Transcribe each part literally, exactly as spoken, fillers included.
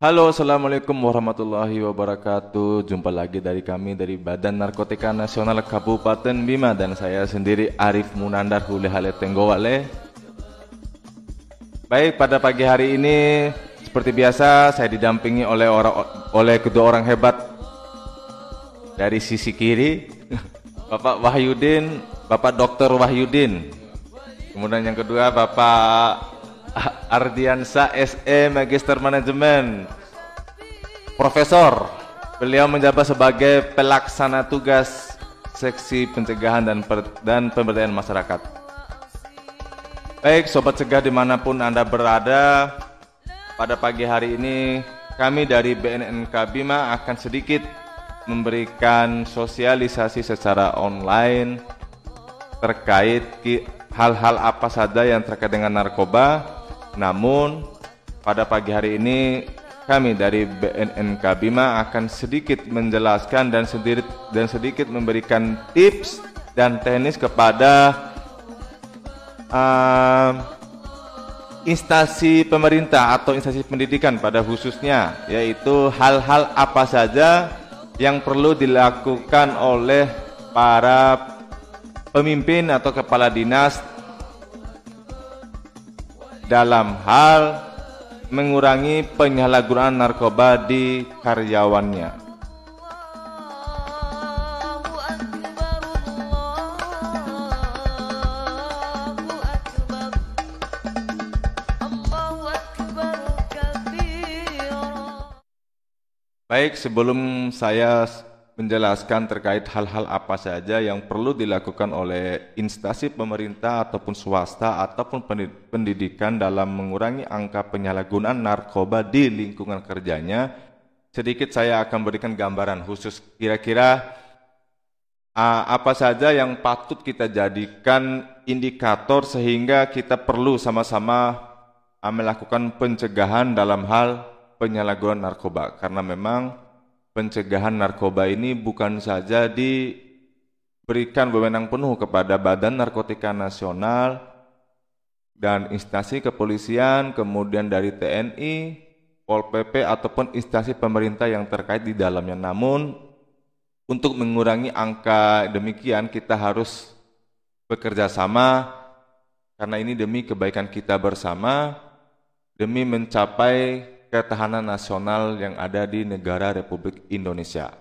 Halo, assalamualaikum warahmatullahi wabarakatuh. Jumpa lagi dari kami dari Badan Narkotika Nasional Kabupaten Bima dan saya sendiri Arif Munandar Hulehale Tenggowale. Baik, pada pagi hari ini seperti biasa saya didampingi oleh orang oleh kedua orang hebat dari sisi kiri, Bapak Wahyudin, Bapak Dokter Wahyudin. Kemudian yang kedua Bapak Ardiansa S E Magister Manajemen, Profesor. Beliau menjabat sebagai pelaksana tugas Seksi Pencegahan dan, per, dan Pemberdayaan Masyarakat. Baik, Sobat Cegah dimanapun Anda berada, pada pagi hari ini kami dari B N N K Bima akan sedikit memberikan sosialisasi secara online terkait hal-hal apa saja yang terkait dengan narkoba. Namun pada pagi hari ini kami dari B N N K Bima akan sedikit menjelaskan dan sedikit dan sedikit memberikan tips dan teknis kepada uh, instansi pemerintah atau instansi pendidikan pada khususnya, yaitu hal-hal apa saja yang perlu dilakukan oleh para pemimpin atau kepala dinas dalam hal mengurangi penyalahgunaan narkoba di karyawannya. Baik, sebelum saya menjelaskan terkait hal-hal apa saja yang perlu dilakukan oleh instansi pemerintah ataupun swasta ataupun pendidikan dalam mengurangi angka penyalahgunaan narkoba di lingkungan kerjanya, sedikit saya akan berikan gambaran khusus kira-kira uh, apa saja yang patut kita jadikan indikator sehingga kita perlu sama-sama uh, melakukan pencegahan dalam hal penyalahgunaan narkoba, karena memang pencegahan narkoba ini bukan saja diberikan wewenang penuh kepada Badan Narkotika Nasional dan instansi kepolisian, kemudian dari T N I, Pol P P ataupun instansi pemerintah yang terkait di dalamnya. Namun untuk mengurangi angka demikian kita harus bekerja sama, karena ini demi kebaikan kita bersama, demi mencapai ketahanan nasional yang ada di negara Republik Indonesia.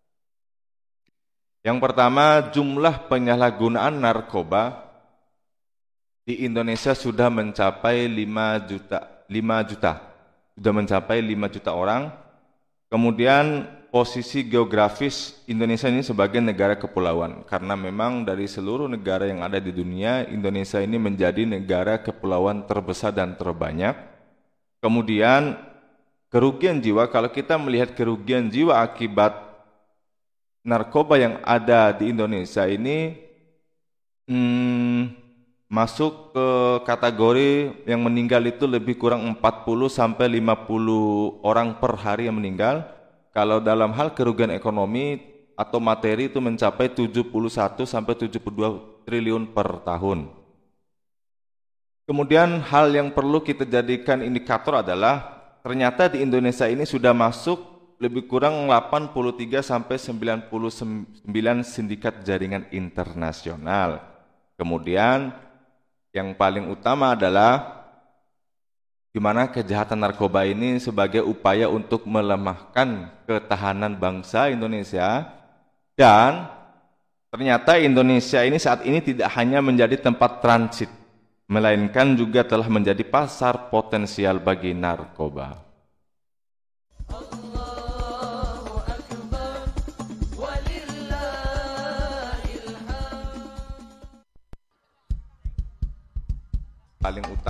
Yang pertama, jumlah penyalahgunaan narkoba di Indonesia sudah mencapai lima juta, lima juta, sudah mencapai lima juta orang. Kemudian posisi geografis Indonesia ini sebagai negara kepulauan, karena memang dari seluruh negara yang ada di dunia, Indonesia ini menjadi negara kepulauan terbesar dan terbanyak. Kemudian kerugian jiwa, kalau kita melihat kerugian jiwa akibat narkoba yang ada di Indonesia ini hmm, masuk ke kategori yang meninggal itu lebih kurang empat puluh sampai lima puluh orang per hari yang meninggal. Kalau dalam hal kerugian ekonomi atau materi itu mencapai tujuh puluh satu sampai tujuh puluh dua triliun per tahun. Kemudian hal yang perlu kita jadikan indikator adalah ternyata di Indonesia ini sudah masuk lebih kurang delapan puluh tiga sampai sembilan puluh sembilan sindikat jaringan internasional. Kemudian yang paling utama adalah di mana kejahatan narkoba ini sebagai upaya untuk melemahkan ketahanan bangsa Indonesia, dan ternyata Indonesia ini saat ini tidak hanya menjadi tempat transit, melainkan juga telah menjadi pasar potensial bagi narkoba. Paling utama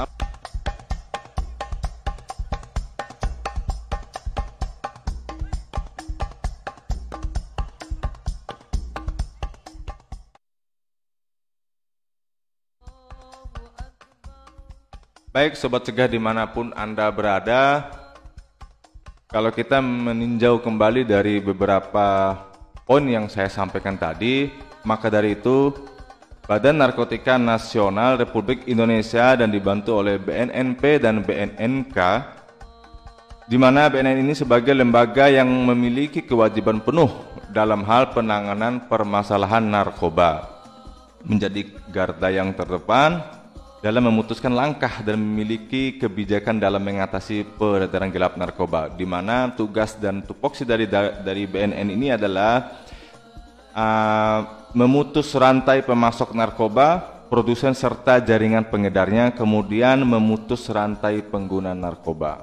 Baik, Sobat Cegah dimanapun Anda berada, kalau kita meninjau kembali dari beberapa poin yang saya sampaikan tadi, maka dari itu Badan Narkotika Nasional Republik Indonesia dan dibantu oleh B N N P dan B N N K di mana B N N ini sebagai lembaga yang memiliki kewajiban penuh dalam hal penanganan permasalahan narkoba, menjadi garda yang terdepan dalam memutuskan langkah dan memiliki kebijakan dalam mengatasi peredaran gelap narkoba, di mana tugas dan tupoksi dari dari B N N ini adalah uh, memutus rantai pemasok narkoba, produsen serta jaringan pengedarnya, kemudian memutus rantai pengguna narkoba.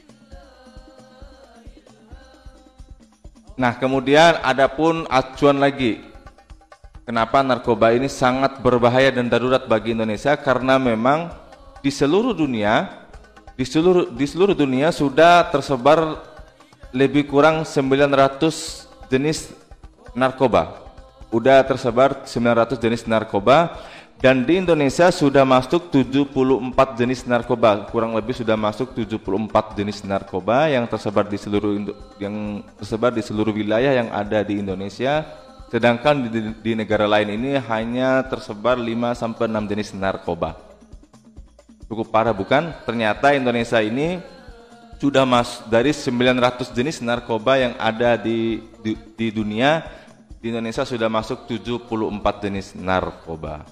Nah, kemudian ada pun acuan lagi. Kenapa narkoba ini sangat berbahaya dan darurat bagi Indonesia? Karena memang di seluruh dunia, di seluruh di seluruh dunia sudah tersebar lebih kurang sembilan ratus jenis narkoba. Udah tersebar sembilan ratus jenis narkoba, dan di Indonesia sudah masuk tujuh puluh empat jenis narkoba. Kurang lebih sudah masuk tujuh puluh empat jenis narkoba yang tersebar di seluruh yang tersebar di seluruh wilayah yang ada di Indonesia. Sedangkan di, di negara lain ini hanya tersebar lima sampai enam jenis narkoba. Cukup parah bukan? Ternyata Indonesia ini sudah masuk dari sembilan ratus jenis narkoba yang ada di, di, di dunia. Di Indonesia sudah masuk tujuh puluh empat jenis narkoba.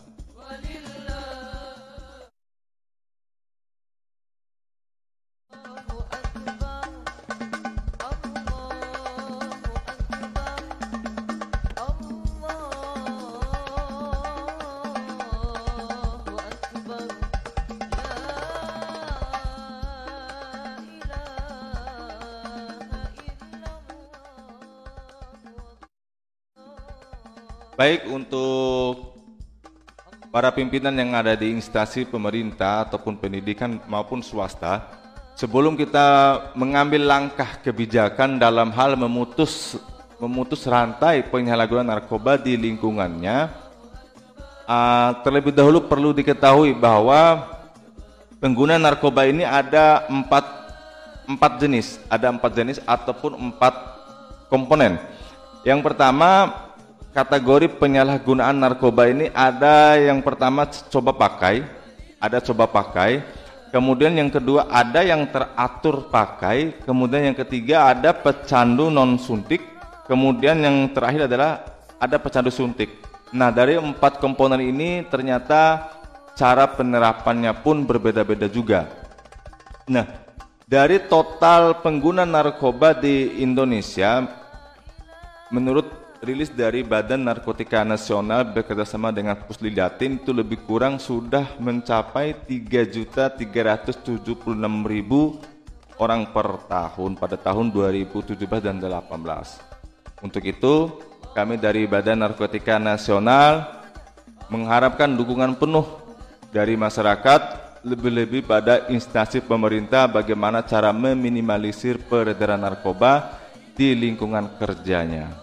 Baik untuk para pimpinan yang ada di instansi pemerintah ataupun pendidikan maupun swasta, sebelum kita mengambil langkah kebijakan dalam hal memutus memutus rantai penyalahgunaan narkoba di lingkungannya, uh, terlebih dahulu perlu diketahui bahwa pengguna narkoba ini ada empat empat jenis, ada empat jenis ataupun empat komponen. Yang pertama, kategori penyalahgunaan narkoba ini ada yang pertama coba pakai, ada coba pakai, kemudian yang kedua ada yang teratur pakai, kemudian yang ketiga ada pecandu non suntik, kemudian yang terakhir adalah ada pecandu suntik. Nah, dari empat komponen ini ternyata cara penerapannya pun berbeda-beda juga. Nah, dari total pengguna narkoba di Indonesia, menurut rilis dari Badan Narkotika Nasional bekerjasama dengan Puslidatin, itu lebih kurang sudah mencapai tiga juta tiga ratus tujuh puluh enam ribu orang per tahun pada tahun dua ribu tujuh belas dan dua ribu delapan belas. Untuk itu, kami dari Badan Narkotika Nasional mengharapkan dukungan penuh dari masyarakat, lebih-lebih pada instansi pemerintah, bagaimana cara meminimalisir peredaran narkoba di lingkungan kerjanya.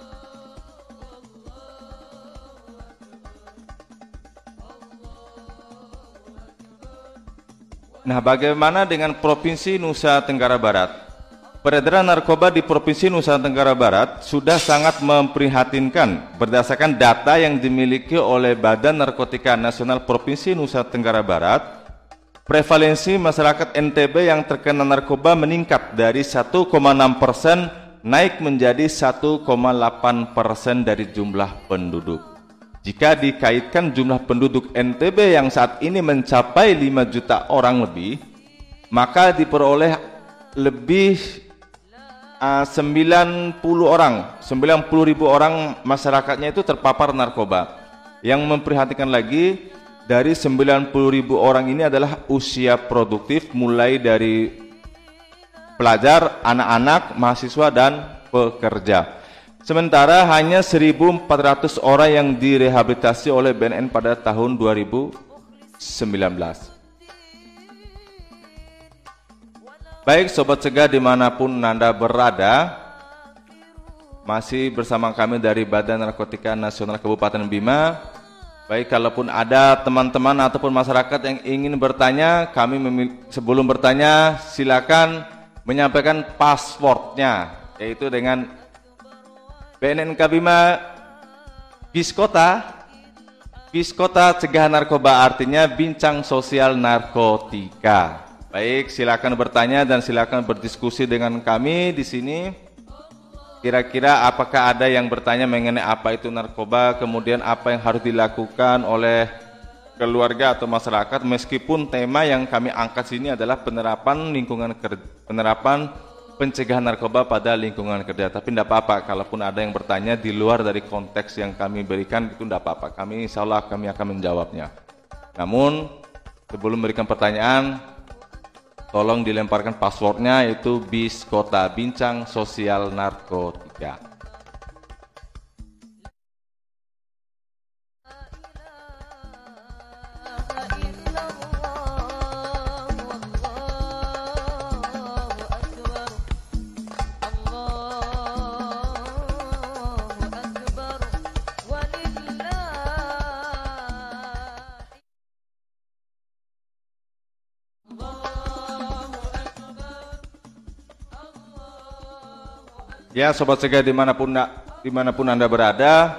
Nah, bagaimana dengan Provinsi Nusa Tenggara Barat? Peredaran narkoba di Provinsi Nusa Tenggara Barat sudah sangat memprihatinkan. Berdasarkan data yang dimiliki oleh Badan Narkotika Nasional Provinsi Nusa Tenggara Barat, prevalensi masyarakat N T B yang terkena narkoba meningkat dari satu koma enam persen naik menjadi satu koma delapan persen dari jumlah penduduk. Jika dikaitkan jumlah penduduk N T B yang saat ini mencapai lima juta orang lebih, maka diperoleh lebih uh, sembilan puluh orang, sembilan puluh ribu orang masyarakatnya itu terpapar narkoba. Yang memprihatinkan lagi, dari sembilan puluh ribu orang ini adalah usia produktif, mulai dari pelajar, anak-anak, mahasiswa, dan pekerja. Sementara hanya seribu empat ratus orang yang direhabilitasi oleh B N N pada tahun dua ribu sembilan belas. Baik Sobat Cegah dimanapun Anda berada, masih bersama kami dari Badan Narkotika Nasional Kabupaten Bima. Baik, kalaupun ada teman-teman ataupun masyarakat yang ingin bertanya, kami sebelum bertanya silakan menyampaikan passwordnya, yaitu dengan B N N K Bima Biskota. Biskota Cegah Narkoba artinya Bincang Sosial Narkotika. Baik, silakan bertanya dan silakan berdiskusi dengan kami di sini. Kira-kira apakah ada yang bertanya mengenai apa itu narkoba, kemudian apa yang harus dilakukan oleh keluarga atau masyarakat, meskipun tema yang kami angkat sini adalah penerapan lingkungan kerja, penerapan pencegahan narkoba pada lingkungan kerja. Tapi tidak apa-apa, kalaupun ada yang bertanya di luar dari konteks yang kami berikan, itu tidak apa-apa. Kami insya Allah kami akan menjawabnya. Namun sebelum memberikan pertanyaan, tolong dilemparkan passwordnya, yaitu bis kota bincang sosial narkotika. Ya, Sobat Cegah dimanapun, dimanapun Anda berada,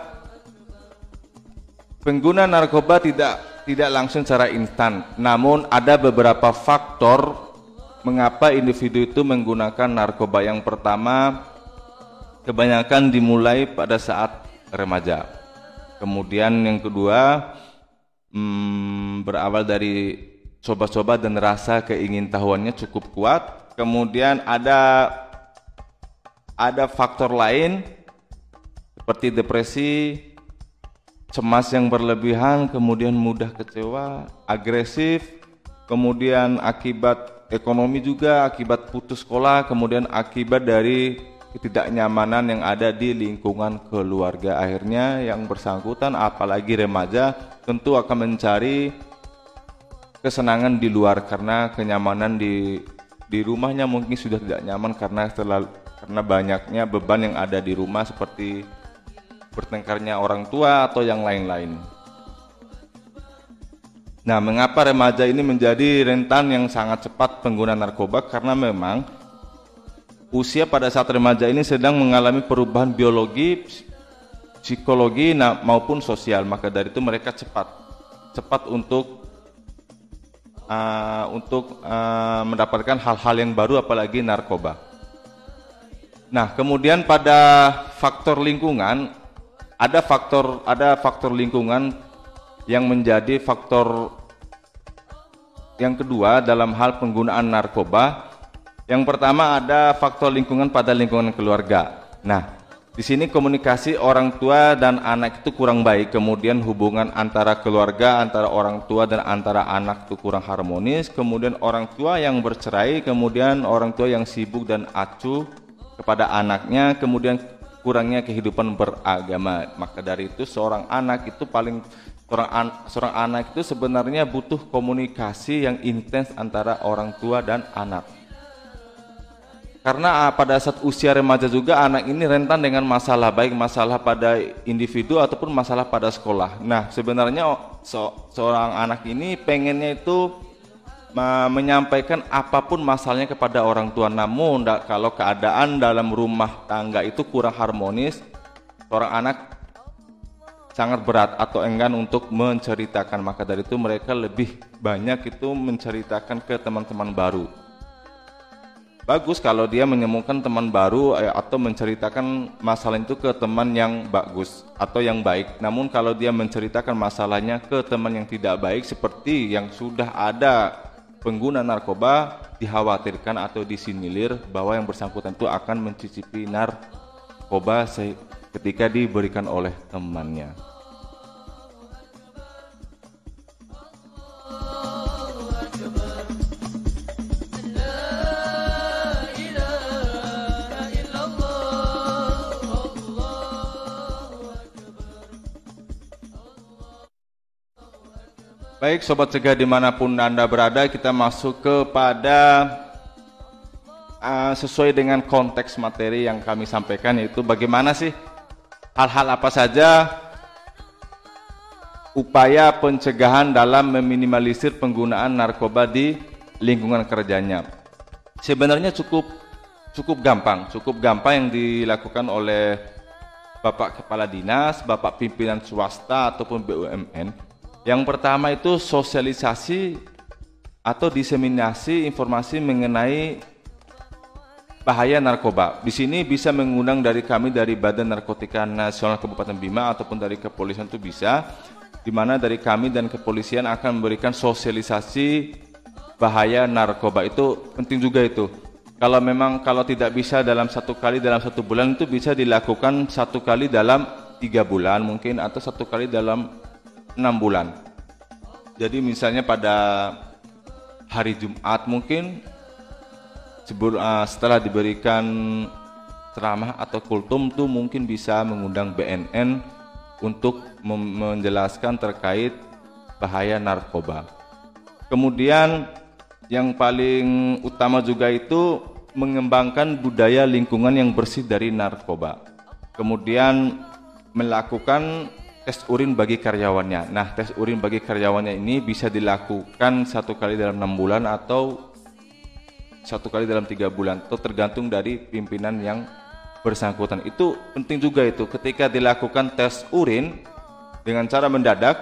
pengguna narkoba tidak tidak langsung secara instan. Namun ada beberapa faktor mengapa individu itu menggunakan narkoba. Yang pertama, kebanyakan dimulai pada saat remaja. Kemudian yang kedua, hmm, berawal dari coba-coba dan rasa keingintahuannya cukup kuat. Kemudian ada Ada faktor lain seperti depresi, cemas yang berlebihan, kemudian mudah kecewa, agresif, kemudian akibat ekonomi juga, akibat putus sekolah, kemudian akibat dari ketidaknyamanan yang ada di lingkungan keluarga. Akhirnya yang bersangkutan, apalagi remaja, tentu akan mencari kesenangan di luar karena kenyamanan di di rumahnya mungkin sudah tidak nyaman karena terlalu karena banyaknya beban yang ada di rumah seperti bertengkarnya orang tua atau yang lain-lain. Nah, mengapa remaja ini menjadi rentan yang sangat cepat pengguna narkoba? Karena memang usia pada saat remaja ini sedang mengalami perubahan biologi, psikologi maupun sosial. Maka dari itu mereka cepat cepat untuk uh, untuk uh, mendapatkan hal-hal yang baru, apalagi narkoba. Nah, kemudian pada faktor lingkungan, ada faktor ada faktor lingkungan yang menjadi faktor yang kedua dalam hal penggunaan narkoba. Yang pertama ada faktor lingkungan pada lingkungan keluarga. Nah, di sini komunikasi orang tua dan anak itu kurang baik, kemudian hubungan antara keluarga, antara orang tua dan antara anak itu kurang harmonis, kemudian orang tua yang bercerai, kemudian orang tua yang sibuk dan acuh kepada anaknya, kemudian kurangnya kehidupan beragama. Maka dari itu seorang anak itu paling seorang, an, seorang anak itu sebenarnya butuh komunikasi yang intens antara orang tua dan anak. Karena pada saat usia remaja juga anak ini rentan dengan masalah, baik masalah pada individu ataupun masalah pada sekolah. Nah, sebenarnya so, seorang anak ini pengennya itu menyampaikan apapun masalahnya kepada orang tua, namun kalau keadaan dalam rumah tangga itu kurang harmonis, seorang anak sangat berat atau enggan untuk menceritakan. Maka dari itu mereka lebih banyak itu menceritakan ke teman-teman baru. Bagus kalau dia menemukan teman baru atau menceritakan masalah itu ke teman yang bagus atau yang baik. Namun kalau dia menceritakan masalahnya ke teman yang tidak baik, seperti yang sudah ada pengguna narkoba, dikhawatirkan atau disinyalir bahwa yang bersangkutan itu akan mencicipi narkoba ketika diberikan oleh temannya. Baik, Sobat Cegah dimanapun Anda berada, kita masuk kepada uh, sesuai dengan konteks materi yang kami sampaikan, yaitu bagaimana sih hal-hal apa saja upaya pencegahan dalam meminimalisir penggunaan narkoba di lingkungan kerjanya. Sebenarnya cukup cukup gampang, cukup gampang yang dilakukan oleh Bapak Kepala Dinas, Bapak Pimpinan Swasta ataupun B U M N. Yang pertama itu sosialisasi atau diseminasi informasi mengenai bahaya narkoba. Di sini bisa mengundang dari kami dari Badan Narkotika Nasional Kabupaten Bima ataupun dari kepolisian itu bisa, di mana dari kami dan kepolisian akan memberikan sosialisasi bahaya narkoba. Itu penting juga itu. Kalau memang kalau tidak bisa dalam satu kali dalam satu bulan, itu bisa dilakukan satu kali dalam tiga bulan mungkin, atau satu kali dalam enam bulan. Jadi misalnya pada hari Jumat mungkin sebelum uh, setelah diberikan ceramah atau kultum tuh mungkin bisa mengundang B N N untuk menjelaskan terkait bahaya narkoba. Kemudian yang paling utama juga itu mengembangkan budaya lingkungan yang bersih dari narkoba. Kemudian melakukan tes urin bagi karyawannya. Nah, tes urin bagi karyawannya ini bisa dilakukan satu kali dalam enam bulan atau satu kali dalam tiga bulan, atau tergantung dari pimpinan yang bersangkutan. Itu penting juga itu, ketika dilakukan tes urin dengan cara mendadak,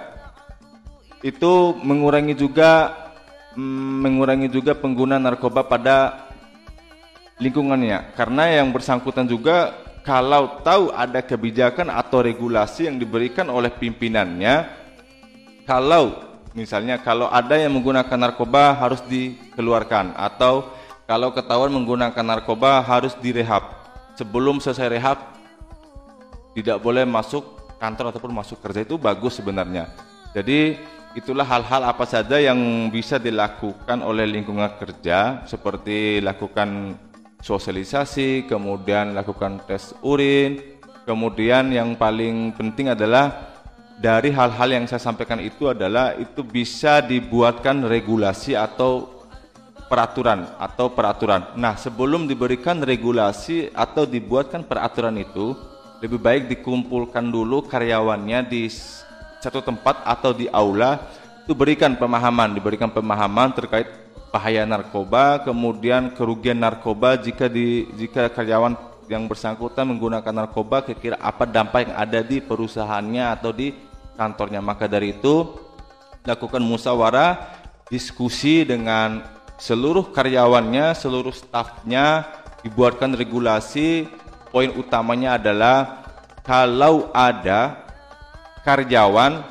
itu mengurangi juga mm, mengurangi juga pengguna narkoba pada lingkungannya, karena yang bersangkutan juga kalau tahu ada kebijakan atau regulasi yang diberikan oleh pimpinannya, kalau misalnya kalau ada yang menggunakan narkoba harus dikeluarkan, atau kalau ketahuan menggunakan narkoba harus direhab. Sebelum selesai rehab tidak boleh masuk kantor ataupun masuk kerja, itu bagus sebenarnya. Jadi itulah hal-hal apa saja yang bisa dilakukan oleh lingkungan kerja, seperti lakukan sosialisasi, kemudian lakukan tes urin, kemudian yang paling penting adalah dari hal-hal yang saya sampaikan itu adalah itu bisa dibuatkan regulasi atau peraturan atau peraturan. Nah, sebelum diberikan regulasi atau dibuatkan peraturan itu, lebih baik dikumpulkan dulu karyawannya di satu tempat atau di aula, itu berikan pemahaman, diberikan pemahaman terkait bahaya narkoba, kemudian kerugian narkoba jika di jika karyawan yang bersangkutan menggunakan narkoba, kira-kira apa dampak yang ada di perusahaannya atau di kantornya. Maka dari itu lakukan musyawarah, diskusi dengan seluruh karyawannya, seluruh stafnya, dibuatkan regulasi. Poin utamanya adalah kalau ada karyawan,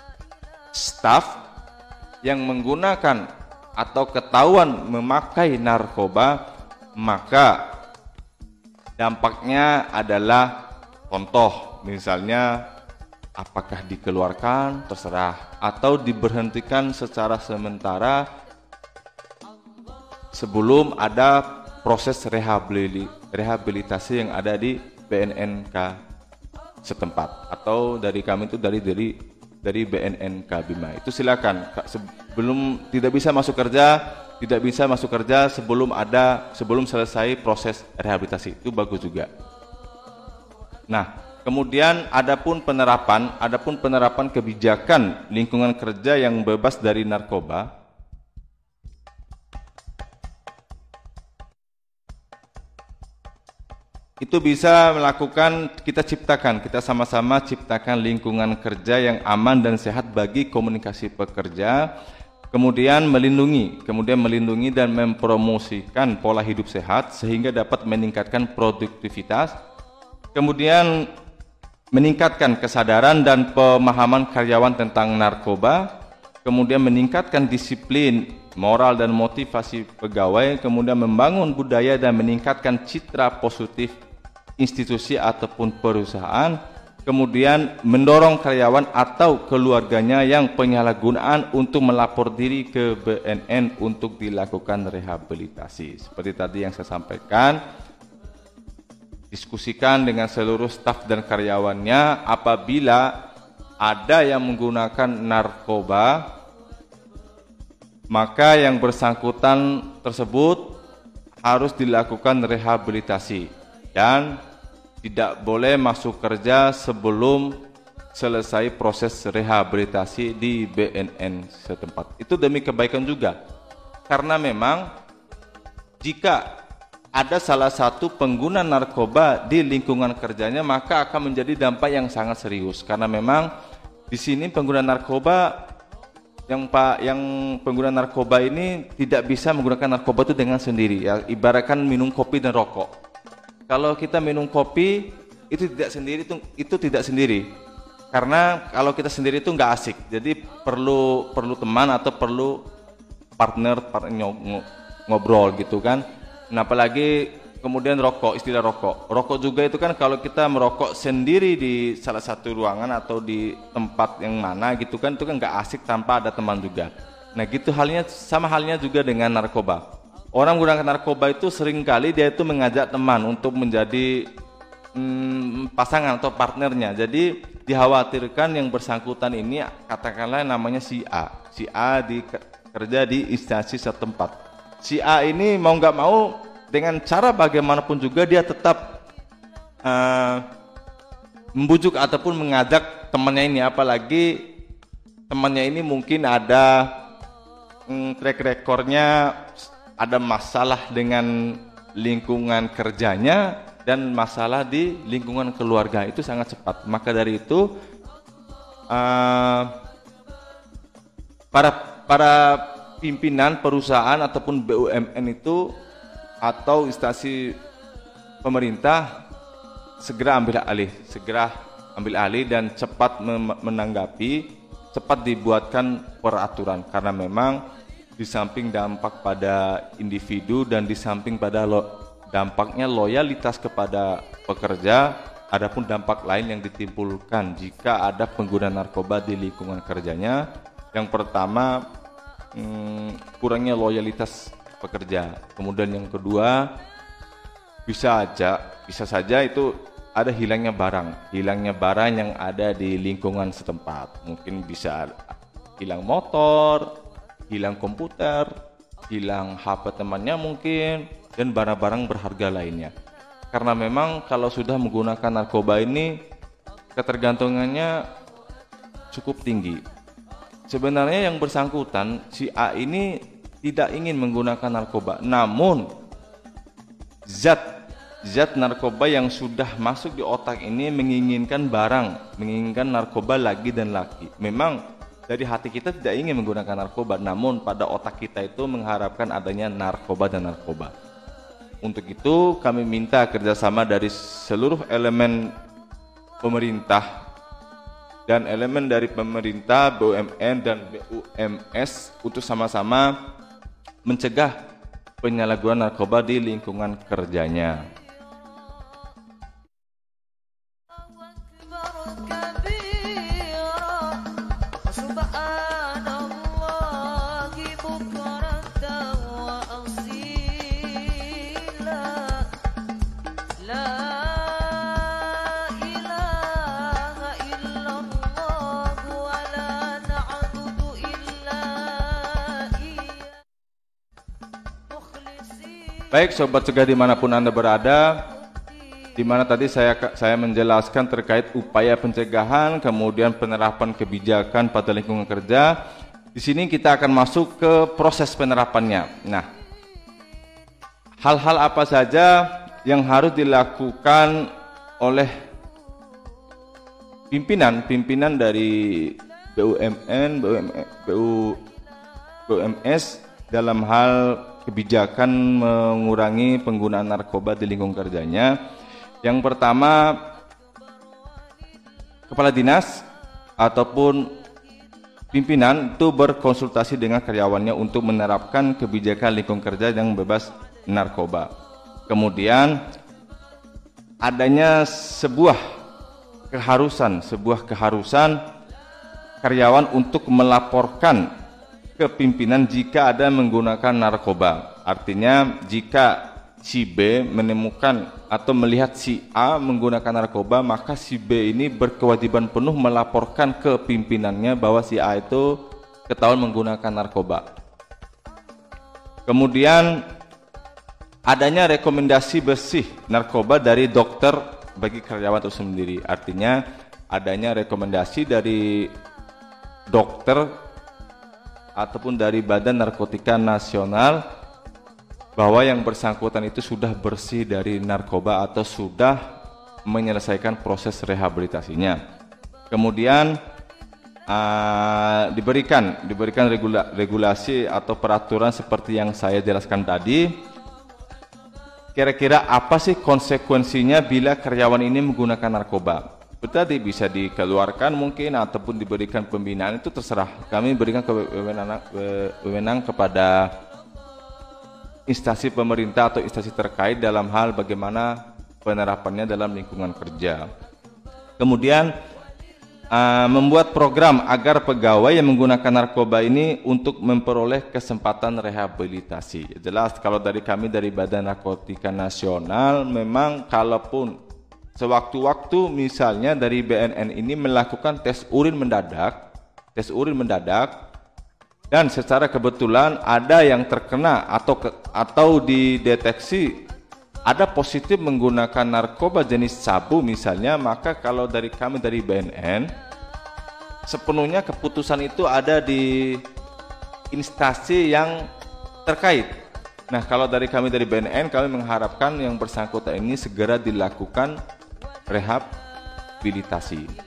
staf yang menggunakan atau ketahuan memakai narkoba, maka dampaknya adalah contoh, misalnya apakah dikeluarkan, terserah, atau diberhentikan secara sementara sebelum ada proses rehabilitasi yang ada di B N N K setempat, atau dari kami itu dari dari dari B N N K Bima. Itu silakan sebelum tidak bisa masuk kerja, tidak bisa masuk kerja sebelum ada sebelum selesai proses rehabilitasi. Itu bagus juga. Nah, kemudian adapun penerapan, adapun penerapan kebijakan lingkungan kerja yang bebas dari narkoba, itu bisa melakukan, kita ciptakan, kita sama-sama ciptakan lingkungan kerja yang aman dan sehat bagi komunikasi pekerja, kemudian melindungi, kemudian melindungi dan mempromosikan pola hidup sehat sehingga dapat meningkatkan produktivitas, kemudian meningkatkan kesadaran dan pemahaman karyawan tentang narkoba, kemudian meningkatkan disiplin, moral dan motivasi pegawai, kemudian membangun budaya dan meningkatkan citra positif institusi ataupun perusahaan, kemudian mendorong karyawan atau keluarganya yang penyalahgunaan untuk melapor diri ke B N N untuk dilakukan rehabilitasi. Seperti tadi yang saya sampaikan, diskusikan dengan seluruh staf dan karyawannya, apabila ada yang menggunakan narkoba, maka yang bersangkutan tersebut harus dilakukan rehabilitasi dan tidak boleh masuk kerja sebelum selesai proses rehabilitasi di B N N setempat. Itu demi kebaikan juga, karena memang jika ada salah satu pengguna narkoba di lingkungan kerjanya, maka akan menjadi dampak yang sangat serius, karena memang di sini pengguna narkoba yang Pak yang pengguna narkoba ini tidak bisa menggunakan narkoba itu dengan sendiri ya, ibaratkan minum kopi dan rokok. Kalau kita minum kopi itu tidak sendiri itu, itu tidak sendiri. Karena kalau kita sendiri itu nggak asik. Jadi perlu perlu teman atau perlu partner, partner ngobrol gitu kan. Nah, apalagi kemudian rokok, istilah rokok. Rokok juga itu kan kalau kita merokok sendiri di salah satu ruangan atau di tempat yang mana gitu kan, itu kan nggak asik tanpa ada teman juga. Nah gitu halnya, sama halnya juga dengan narkoba. Orang menggunakan narkoba itu seringkali dia itu mengajak teman untuk menjadi hmm, pasangan atau partnernya. Jadi dikhawatirkan yang bersangkutan ini katakanlah namanya si A. Si A di, kerja di instansi setempat. Si A ini mau nggak mau dengan cara bagaimanapun juga dia tetap uh, membujuk ataupun mengajak temannya ini, apalagi temannya ini mungkin ada um, track recordnya, ada masalah dengan lingkungan kerjanya dan masalah di lingkungan keluarga, itu sangat cepat. Maka dari itu uh, para para pimpinan perusahaan ataupun B U M N itu atau instansi pemerintah segera ambil alih, segera ambil alih dan cepat menanggapi, cepat dibuatkan peraturan, karena memang di samping dampak pada individu dan di samping pada lo, dampaknya loyalitas kepada pekerja, adapun dampak lain yang ditimbulkan jika ada pengguna narkoba di lingkungan kerjanya. Yang pertama, hmm, kurangnya loyalitas pekerja. Kemudian yang kedua, bisa aja, bisa saja itu ada hilangnya barang, hilangnya barang yang ada di lingkungan setempat. Mungkin bisa hilang motor, hilang komputer, hilang H P temannya mungkin, dan barang-barang berharga lainnya. Karena memang kalau sudah menggunakan narkoba ini, ketergantungannya cukup tinggi. Sebenarnya yang bersangkutan, si A ini tidak ingin menggunakan narkoba, namun zat zat narkoba yang sudah masuk di otak ini menginginkan barang, menginginkan narkoba lagi dan lagi. Memang dari hati kita tidak ingin menggunakan narkoba, namun pada otak kita itu mengharapkan adanya narkoba dan narkoba. Untuk itu kami minta kerjasama dari seluruh elemen pemerintah dan elemen dari pemerintah, B U M N dan B U M S untuk sama-sama mencegah penyalahgunaan narkoba di lingkungan kerjanya. Baik Sobat Cegah dimanapun Anda berada, dimana tadi saya saya menjelaskan terkait upaya pencegahan, kemudian penerapan kebijakan pada lingkungan kerja. Di sini kita akan masuk ke proses penerapannya. Nah, hal-hal apa saja yang harus dilakukan oleh pimpinan-pimpinan dari B U M N, B U M, B U, B U M S dalam hal kebijakan mengurangi penggunaan narkoba di lingkungan kerjanya. Yang pertama, kepala dinas ataupun pimpinan itu berkonsultasi dengan karyawannya untuk menerapkan kebijakan lingkungan kerja yang bebas narkoba. Kemudian adanya sebuah keharusan, sebuah keharusan karyawan untuk melaporkan ke pimpinan jika ada menggunakan narkoba. Artinya jika si B menemukan atau melihat si A menggunakan narkoba, maka si B ini berkewajiban penuh melaporkan ke pimpinannya bahwa si A itu ketahuan menggunakan narkoba. Kemudian adanya rekomendasi bersih narkoba dari dokter bagi karyawan itu sendiri. Artinya adanya rekomendasi dari dokter ataupun dari Badan Narkotika Nasional bahwa yang bersangkutan itu sudah bersih dari narkoba atau sudah menyelesaikan proses rehabilitasinya. Kemudian uh, diberikan diberikan regula, regulasi atau peraturan seperti yang saya jelaskan tadi. Kira-kira apa sih konsekuensinya bila karyawan ini menggunakan narkoba? Tadi bisa dikeluarkan mungkin ataupun diberikan pembinaan, itu terserah. Kami berikan kewenangan, kewenangan kepada instansi pemerintah atau instansi terkait dalam hal bagaimana penerapannya dalam lingkungan kerja. Kemudian uh, membuat program agar pegawai yang menggunakan narkoba ini untuk memperoleh kesempatan rehabilitasi. Jelas kalau dari kami dari Badan Narkotika Nasional, memang kalaupun sewaktu-waktu misalnya dari B N N ini melakukan tes urin mendadak, tes urin mendadak, dan secara kebetulan ada yang terkena atau ke, atau dideteksi ada positif menggunakan narkoba jenis sabu misalnya, maka kalau dari kami dari B N N, sepenuhnya keputusan itu ada di instansi yang terkait. Nah, kalau dari kami dari B N N, kami mengharapkan yang bersangkutan ini segera dilakukan rehabilitasi.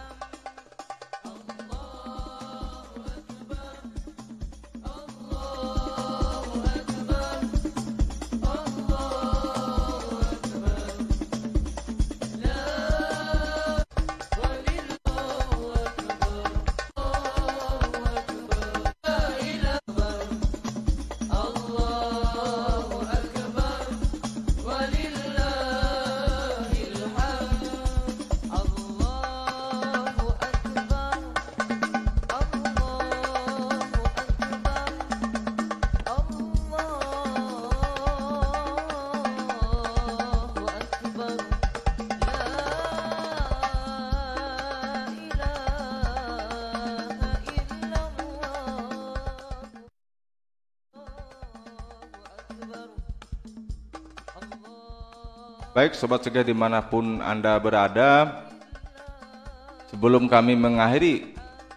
Baik Sobat Cegah dimanapun Anda berada, sebelum kami mengakhiri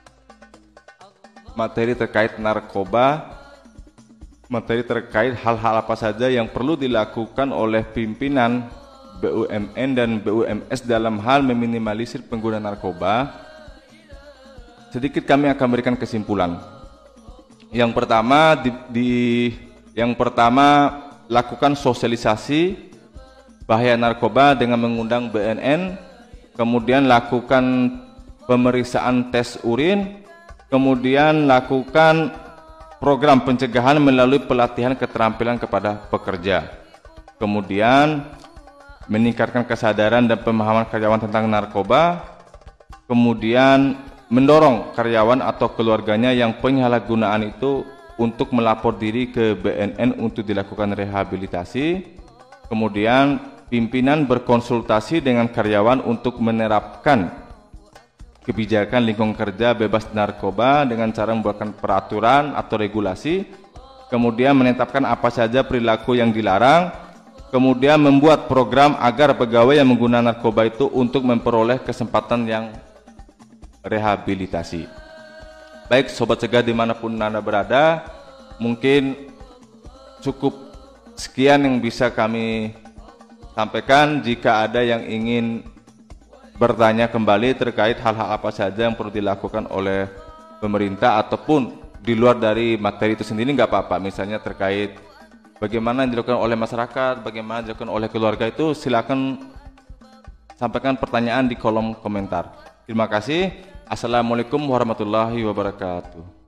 materi terkait narkoba, materi terkait hal-hal apa saja yang perlu dilakukan oleh pimpinan B U M N dan B U M S dalam hal meminimalisir pengguna narkoba, sedikit kami akan berikan kesimpulan. Yang pertama, di, di, yang pertama lakukan sosialisasi bahaya narkoba dengan mengundang B N N, kemudian lakukan pemeriksaan tes urin, kemudian lakukan program pencegahan melalui pelatihan keterampilan kepada pekerja, kemudian meningkatkan kesadaran dan pemahaman karyawan tentang narkoba, kemudian mendorong karyawan atau keluarganya yang penyalahgunaan itu untuk melapor diri ke B N N untuk dilakukan rehabilitasi, kemudian pimpinan berkonsultasi dengan karyawan untuk menerapkan kebijakan lingkungan kerja bebas narkoba dengan cara membuatkan peraturan atau regulasi, kemudian menetapkan apa saja perilaku yang dilarang, kemudian membuat program agar pegawai yang menggunakan narkoba itu untuk memperoleh kesempatan yang rehabilitasi. Baik Sobat Cegah dimanapun Anda berada, mungkin cukup sekian yang bisa kami sampaikan. Jika ada yang ingin bertanya kembali terkait hal-hal apa saja yang perlu dilakukan oleh pemerintah ataupun di luar dari materi itu sendiri, nggak apa-apa. Misalnya terkait bagaimana yang dilakukan oleh masyarakat, bagaimana yang dilakukan oleh keluarga, itu silakan sampaikan pertanyaan di kolom komentar. Terima kasih. Assalamualaikum warahmatullahi wabarakatuh.